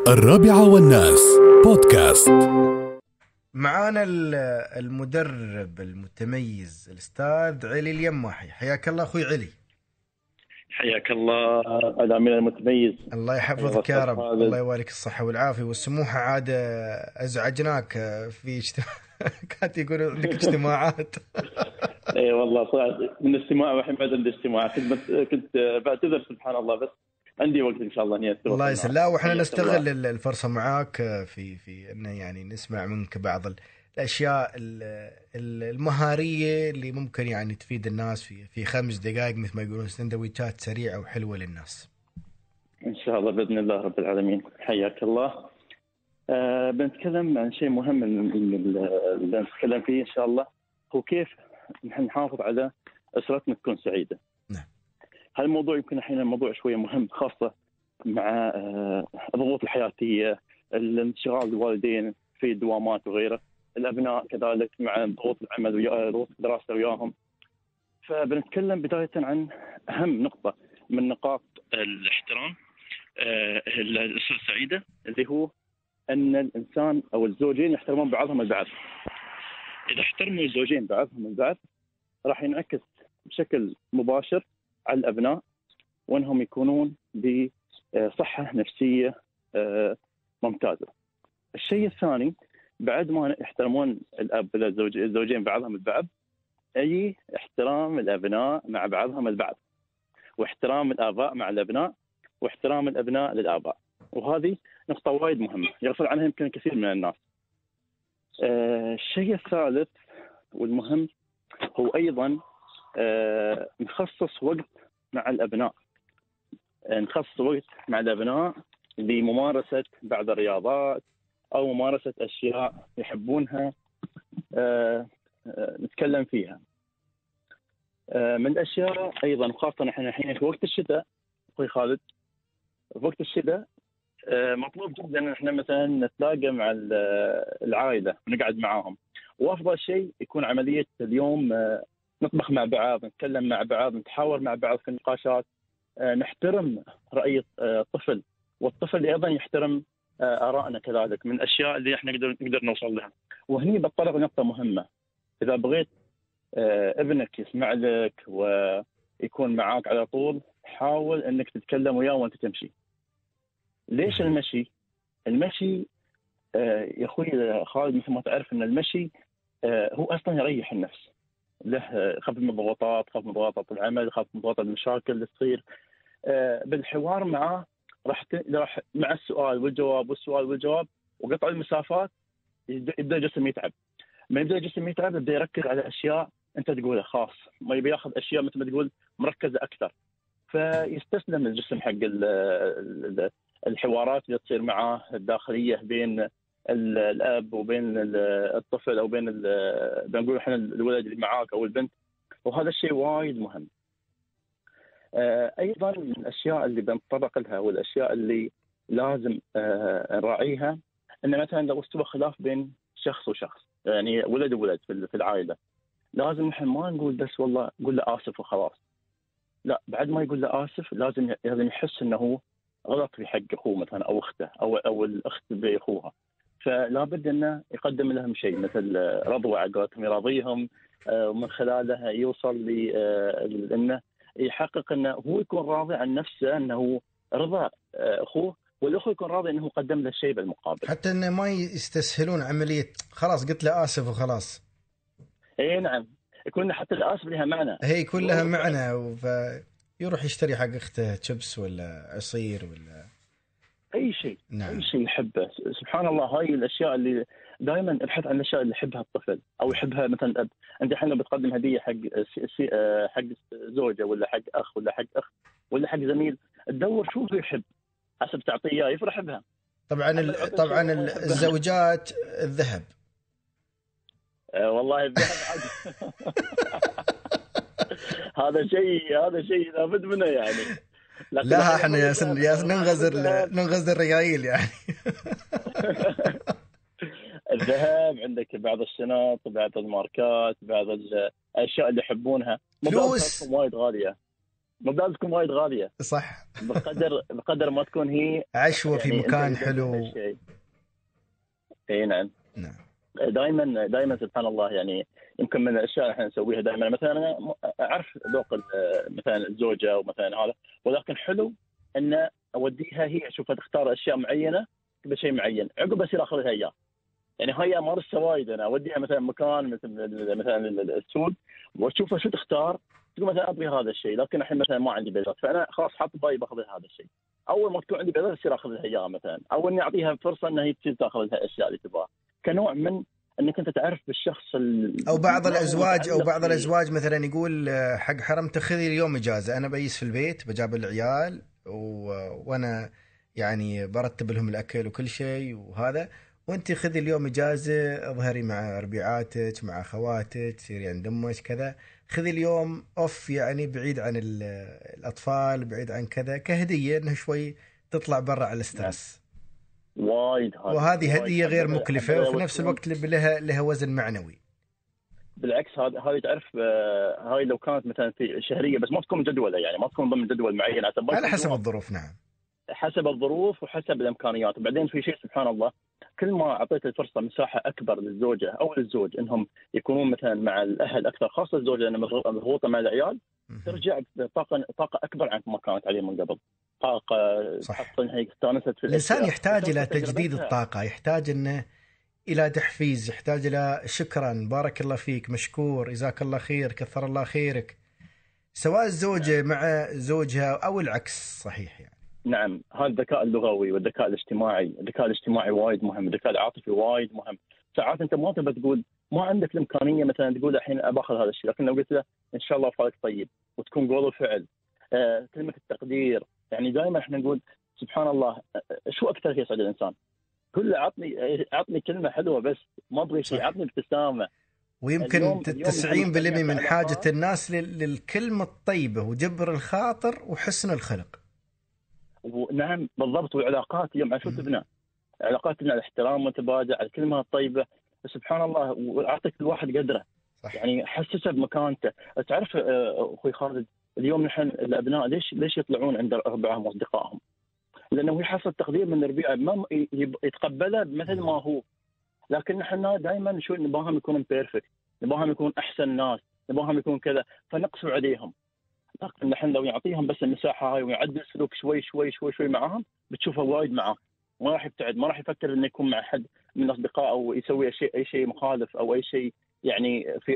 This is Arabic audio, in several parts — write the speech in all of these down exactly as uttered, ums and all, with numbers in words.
الرابعة والناس بودكاست. معانا المدرب المتميز الأستاذ علي اليماحي. حياك الله أخوي علي. حياك الله الأمين المتميز. الله يحفظك يا رب. الله يوالك الصحة والعافية والسموحة. عاد أزعجناك في اجتماع كانت يقولوا عندك اجتماعات. اي والله صراحة من الاجتماع وحين بعد عندي اجتماع كنت كنت بعتذر سبحان الله، بس عندي وقت ان شاء الله اني اتواصل. الله يسلمك. لا وإحنا نستغل الله. الفرصة معاك في في إنه يعني نسمع منك بعض الأشياء المهارية اللي ممكن يعني تفيد الناس في في خمس دقائق، مثل ما يقولون سندويشات سريعة وحلوة للناس. ان شاء الله باذن الله رب العالمين. حياك الله. أه بنتكلم عن شيء مهم اللي نتكلم فيه ان شاء الله، هو كيف نحن نحافظ على أسرتنا تكون سعيدة. نعم. هالموضوع يمكن الحين الموضوع شوية مهم، خاصة مع الضغوط الحياتية، الانشغال الوالدين في الدوامات وغيره، الأبناء كذلك مع ضغوط العمل وضغوط الدراسة وياهم. فبنتكلم بداية عن أهم نقطة من نقاط الاحترام الأسرة السعيدة، اللي هو أن الإنسان أو الزوجين يحترمون بعضهم البعض. إذا احترموا الزوجين بعضهم البعض راح ينعكس بشكل مباشر على الأبناء، وأنهم يكونون بصحة نفسية ممتازة. الشيء الثاني، بعد ما يحترمون الأب الزوجين بعضهم البعض، أي احترام الأبناء مع بعضهم البعض، واحترام الآباء مع الأبناء، واحترام الأبناء للآباء. وهذه نقطة وايد مهمة يغفل عنها يمكن كثير من الناس. آه الشيء الثالث والمهم هو أيضا آه نخصص وقت مع الأبناء. آه نخصص وقت مع الأبناء لممارسة بعض الرياضات أو ممارسة أشياء يحبونها آه آه نتكلم فيها. آه من الأشياء أيضا، خاصة نحن الحين في وقت الشتاء أخوي خالد، في وقت الشتاء آه مطلوب جدا أن احنا مثلا نتلاقى مع العائلة ونقعد معاهم، وأفضل شيء يكون عملية اليوم آه نطبخ مع بعض، نتكلم مع بعض، نتحاور مع بعض في النقاشات، آه نحترم رأي الطفل، والطفل أيضا يحترم آه آرائنا كذلك، من الأشياء اللي احنا نقدر نقدر نوصل لها. وهني بتطرق نقطة مهمة، إذا بغيت آه ابنك يسمع لك ويكون معاك على طول، حاول أنك تتكلم وياه وأنت تمشي. ليش المشي؟ المشي آه يا أخوي خالد مثل ما تعرف أن المشي آه هو أصلا يريح النفس، له خف من الضغوطات، خف من ضغوطات العمل، خف من ضغوطات المشاكل اللي تصير. آه بالحوار معاه راح راح مع السؤال والجواب والسؤال والجواب وقطع المسافات يبدا الجسم يتعب. ما يبدا الجسم يتعب يبدا يركز على اشياء انت تقولها خاص، ما يبي ياخذ اشياء مثل ما تقول مركزه اكثر، فيستسلم الجسم حق الحوارات اللي تصير معاه الداخليه بين الاب وبين الطفل او بين بنقول احنا الولد اللي معاك او البنت. وهذا الشيء وايد مهم. ايضا من الاشياء اللي بنتطرق لها والاشياء اللي لازم نراعيها، ان مثلا لو استوى خلاف بين شخص وشخص، يعني ولد وولد في العائله، لازم نحن ما نقول بس والله قول له اسف وخلاص. لا، بعد ما يقول له اسف لازم لازم يحس انه هو غلط في حق اخوه مثلا او اخته او او الاخت باخوها، فلا بد انه يقدم لهم شيء مثل رضوى عقلتهم يراضيهم، ومن خلالها يوصل لانه يحقق انه هو يكون راضي عن نفسه، انه رضا اخوه، والاخو يكون راضي انه قدم له شيء بالمقابل، حتى انه ما يستسهلون عمليه خلاص قلت له اسف وخلاص. اي نعم، يكون حتى الاسف لها معنى، هي يكون لها معنى، فيروح يشتري حق اخته شيبس ولا عصير ولا اي شيء. نعم. اي شيء يحبه. سبحان الله، هاي الاشياء اللي دائما ابحث عن الاشياء اللي يحبها الطفل او يحبها مثلا الاب. انت الحين لو بتقدم هديه حق حق زوجه ولا حق اخ ولا حق اخت ولا حق زميل، تدور شو هو يحب حسب تعطيه اياه يفرح بها. طبعا ال... طبعا الزوجات الذهب. أه والله الذهب عادي. هذا شيء هذا شيء لابد منه يعني. لا احنا يا سن يا ننغزر ننغزر الريايل يعني. الذهب عندك بعض الشنط، بعض الماركات، بعض الاشياء اللي يحبونها، فلوس وايد غاليه. ما تكون وايد غاليه. صح. بقدر بقدر ما تكون هي عشوة في يعني مكان حلو. اي نعم. نعم. دائما دائما سبحان الله، يعني يمكن من الاشياء اللي احنا نسويها دائما، مثلا انا اعرف ذوق مثلا الزوجه او مثلا هذا، ولكن حلو ان اوديها هي اشوفها تختار اشياء معينه بشيء معين، عقب اصير اخذها اياه. يعني هاي امارسها وايد، انا اوديها مثلا مكان مثل مثلا السوق واشوفها شو تختار، تقول مثلا ابغي هذا الشيء، لكن الحين مثلا ما عندي بيضات، فانا خلاص حاط باي باخذ هذا الشيء. اول ما تكون عندي بيضات اصير اخذها اياها مثلا، او اني اعطيها فرصه انها هي تصير تاخذ الاشياء اللي تبغاها، كنوع من انك انت تعرف بالشخص. او بعض الازواج او بعض الازواج مثلا يقول حق حرمته خذي اليوم اجازه، انا بيس في البيت بجاب العيال و... وانا يعني برتب لهم الاكل وكل شيء وهذا، وانت خذي اليوم اجازه، اظهري مع ربيعاتك مع اخواتك، سيري عند امك كذا، خذي اليوم اوف يعني بعيد عن الاطفال، بعيد عن كذا، كهديه انه شوي تطلع برا على الاسترس. وايد هذه وهذه هديه غير مكلفه وفي نفس الوقت لها لها وزن معنوي. بالعكس هذه هذه تعرف هاي لو كانت مثلا في شهريه بس ما تكون جدوله، يعني ما تكون ضمن جدول معين، على حسب الظروف. نعم حسب الظروف وحسب الامكانيات. وبعدين في شيء سبحان الله، كل ما اعطيت الفرصه مساحه اكبر للزوجه او للزوج انهم يكونون مثلا مع الاهل اكثر، خاصه الزوجه لانها مضغوطه مع العيال، ترجع بطاقه طاقه اكبر عن ما كانت عليه من قبل. طاقه تحط انها استانست في الانسان يحتاج الى تجديد الطاقه، يحتاج انه الى تحفيز، يحتاج الى شكرا، بارك الله فيك، مشكور، جزاك الله خير، كثر الله خيرك، سواء الزوجه مع زوجها او العكس. صحيح يعني. نعم، هذا الذكاء اللغوي والذكاء الاجتماعي، الذكاء الاجتماعي وايد مهم، الذكاء العاطفي وايد مهم. ساعات انت ما تبى تقول، ما عندك الامكانيه مثلا تقول الحين اباخذ هذا الشيء، لكن لو قلت له ان شاء الله فعلك طيب وتكون قول وفعل، آه، كلمه التقدير. يعني دائما احنا نقول سبحان الله، شو اكثر شيء يسعد الانسان؟ قل له عطني عطني كلمه حلوه بس، ما ابغي شيء، عطني ابتسامه. ويمكن تسعين بالمئة من حاجه الناس للكلمه الطيبه وجبر الخاطر وحسن الخلق. نعم بالضبط. والعلاقات اليوم على شو تبنى؟ علاقات تبنى على الاحترام المتبادل، على الكلمه الطيبه. سبحان الله، واعطيك الواحد قدره. صح. يعني حسسه بمكانته. تعرف اخوي خالد، اليوم نحن الابناء ليش ليش يطلعون عند ربعهم واصدقائهم؟ لانه يحصل تقدير من الربيع، ما يتقبله مثل ما هو. لكن نحن دائما شو نبغاهم يكونون بيرفكت، نبغاهم يكون احسن ناس، نبغاهم يكون كذا، فنقسو عليهم. لكن نحن لو يعطيهم بس المساحه هاي ويعدل سلوك شوي شوي شوي شوي معاهم، بتشوفه وايد معاه، ما راح يبتعد، ما راح يفكر انه يكون مع حد من اصدقائه او يسوي شيء اي شيء مخالف او اي شيء يعني في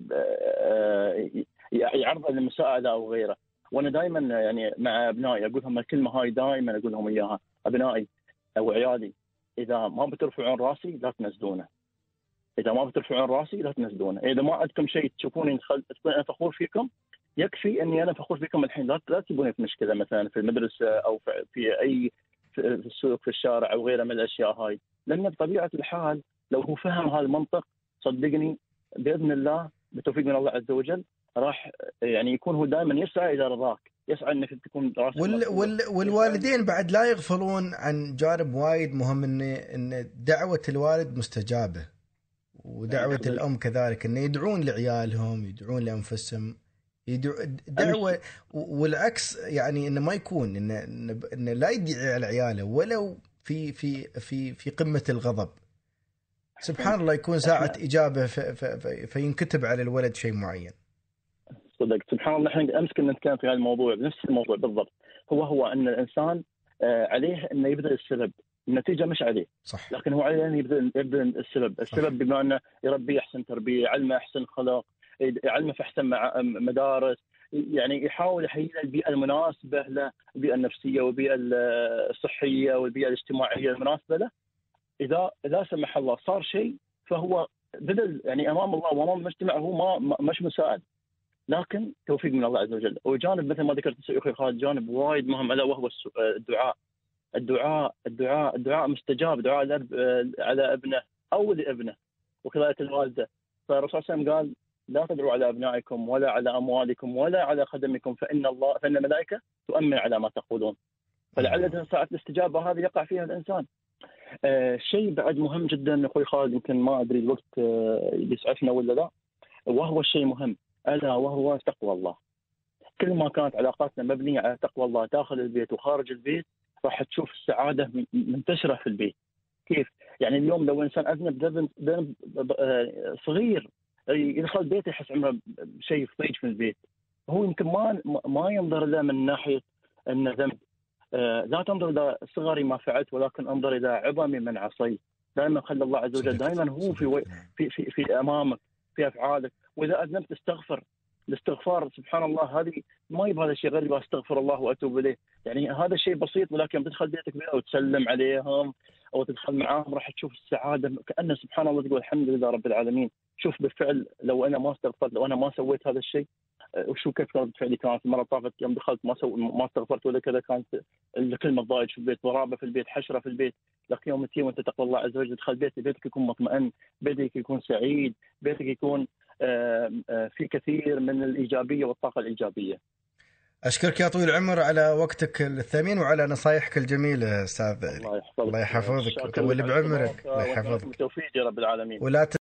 يعرض للمساءله او غيره. وانا دائما يعني مع ابنائي اقول لهم الكلمه هاي، دائما اقول لهم اياها، ابنائي او عيالي، اذا ما بترفعون راسي لا تنزلونه، اذا ما بترفعون راسي لا تنزلونه، اذا ما عندكم شيء تشوفوني تكون انا فخور فيكم، يكفي اني انا فخور فيكم الحين، لا لا تجيبوني في مشكله مثلا في المدرسه او في اي في السوق في الشارع او غيره من الاشياء هاي. لان بطبيعه الحال لو هو فهم هذا المنطق، صدقني باذن الله بتوفيق من الله عز وجل راح يعني يكون هو دائما يسعى الى رضاك، يسعى انك تكون راسك. وال وال والوالدين بعد لا يغفلون عن جانب وايد مهم، ان ان دعوه الوالد مستجابه، ودعوه الام كذلك، ان يدعون لعيالهم، يدعون لانفسهم، دعوة. والعكس يعني انه ما يكون انه انه لا يدعي على عياله ولو في في في في قمة الغضب. سبحان الله، يكون ساعة إجابة فينكتب على الولد شيء معين. صدق سبحان الله. نحن امس كنا نتكلم في هذا الموضوع، نفس الموضوع بالضبط. هو هو ان الانسان عليه انه يبذل السبب، النتيجة مش عليه. صح. لكن هو عليه انه يبذل يبذل السبب، السبب بما انه يربي احسن تربية، علمه احسن خلق، يعلمه في احسن مدارس، يعني يحاول يهيئ البيئه المناسبه له، البيئه النفسيه والبيئه الصحيه والبيئه الاجتماعيه المناسبه له. اذا اذا سمح الله صار شيء، فهو بذل يعني امام الله وامام المجتمع، هو ما مش مساعد، لكن توفيق من الله عز وجل. وجانب مثل ما ذكرت اخوي خالد، جانب وايد مهم الا وهو الدعاء. الدعاء الدعاء الدعاء مستجاب، دعاء على ابنه او لابنه، وكذلك الوالده. فالرسول صلى الله عليه وسلم قال: لا تدعوا على أبنائكم ولا على أموالكم ولا على خدمكم، فإن الله فإن الملائكة تؤمن على ما تقولون. فلعل ساعة الاستجابة هذه يقع فيها الإنسان. آه شيء بعد مهم جدا أخوي خالد، يمكن ما أدري الوقت آه يسعفنا ولا لا، وهو الشيء مهم ألا وهو تقوى الله. كل ما كانت علاقاتنا مبنيه على تقوى الله داخل البيت وخارج البيت راح تشوف السعاده منتشره في البيت. كيف؟ يعني اليوم لو انسان اذنب ذنب ذنب صغير يدخل بيته يحس عمره شيء ضيق في البيت، هو يمكن ما ما ينظر له من ناحيه ان ذنب. لا تنظر الى صغري ما فعلت ولكن انظر الى عظمي من عصيت. دائما خلي الله عز وجل دائما هو في في في, في امامك في افعالك، واذا اذنبت استغفر. الاستغفار سبحان الله هذه ما يبغى هذا الشيء غير استغفر الله واتوب اليه، يعني هذا شيء بسيط ولكن تدخل بيتك بيه وتسلم عليهم او تدخل معاهم راح تشوف السعاده كأنه سبحان الله تقول الحمد لله رب العالمين. شوف بالفعل لو انا ما استغفرت، لو انا ما سويت هذا الشيء وشو كيف كانت فعلي كانت المره طافت يوم دخلت ما سو ما استغفرت ولا كذا، كانت الكلمه ضايج في البيت، ضرابه في البيت، حشره في البيت. لكن يوم تجي وانت تقوى الله عز وجل تدخل بيتك، بيتك يكون مطمئن، بيتك يكون سعيد، بيتك يكون في كثير من الايجابيه والطاقه الايجابيه. اشكرك يا طويل العمر على وقتك الثمين وعلى نصايحك الجميله استاذ. الله يحفظك، الله يحفظك ويطول بعمرك. الله يحفظك بالتوفيق يا رب العالمين. ولا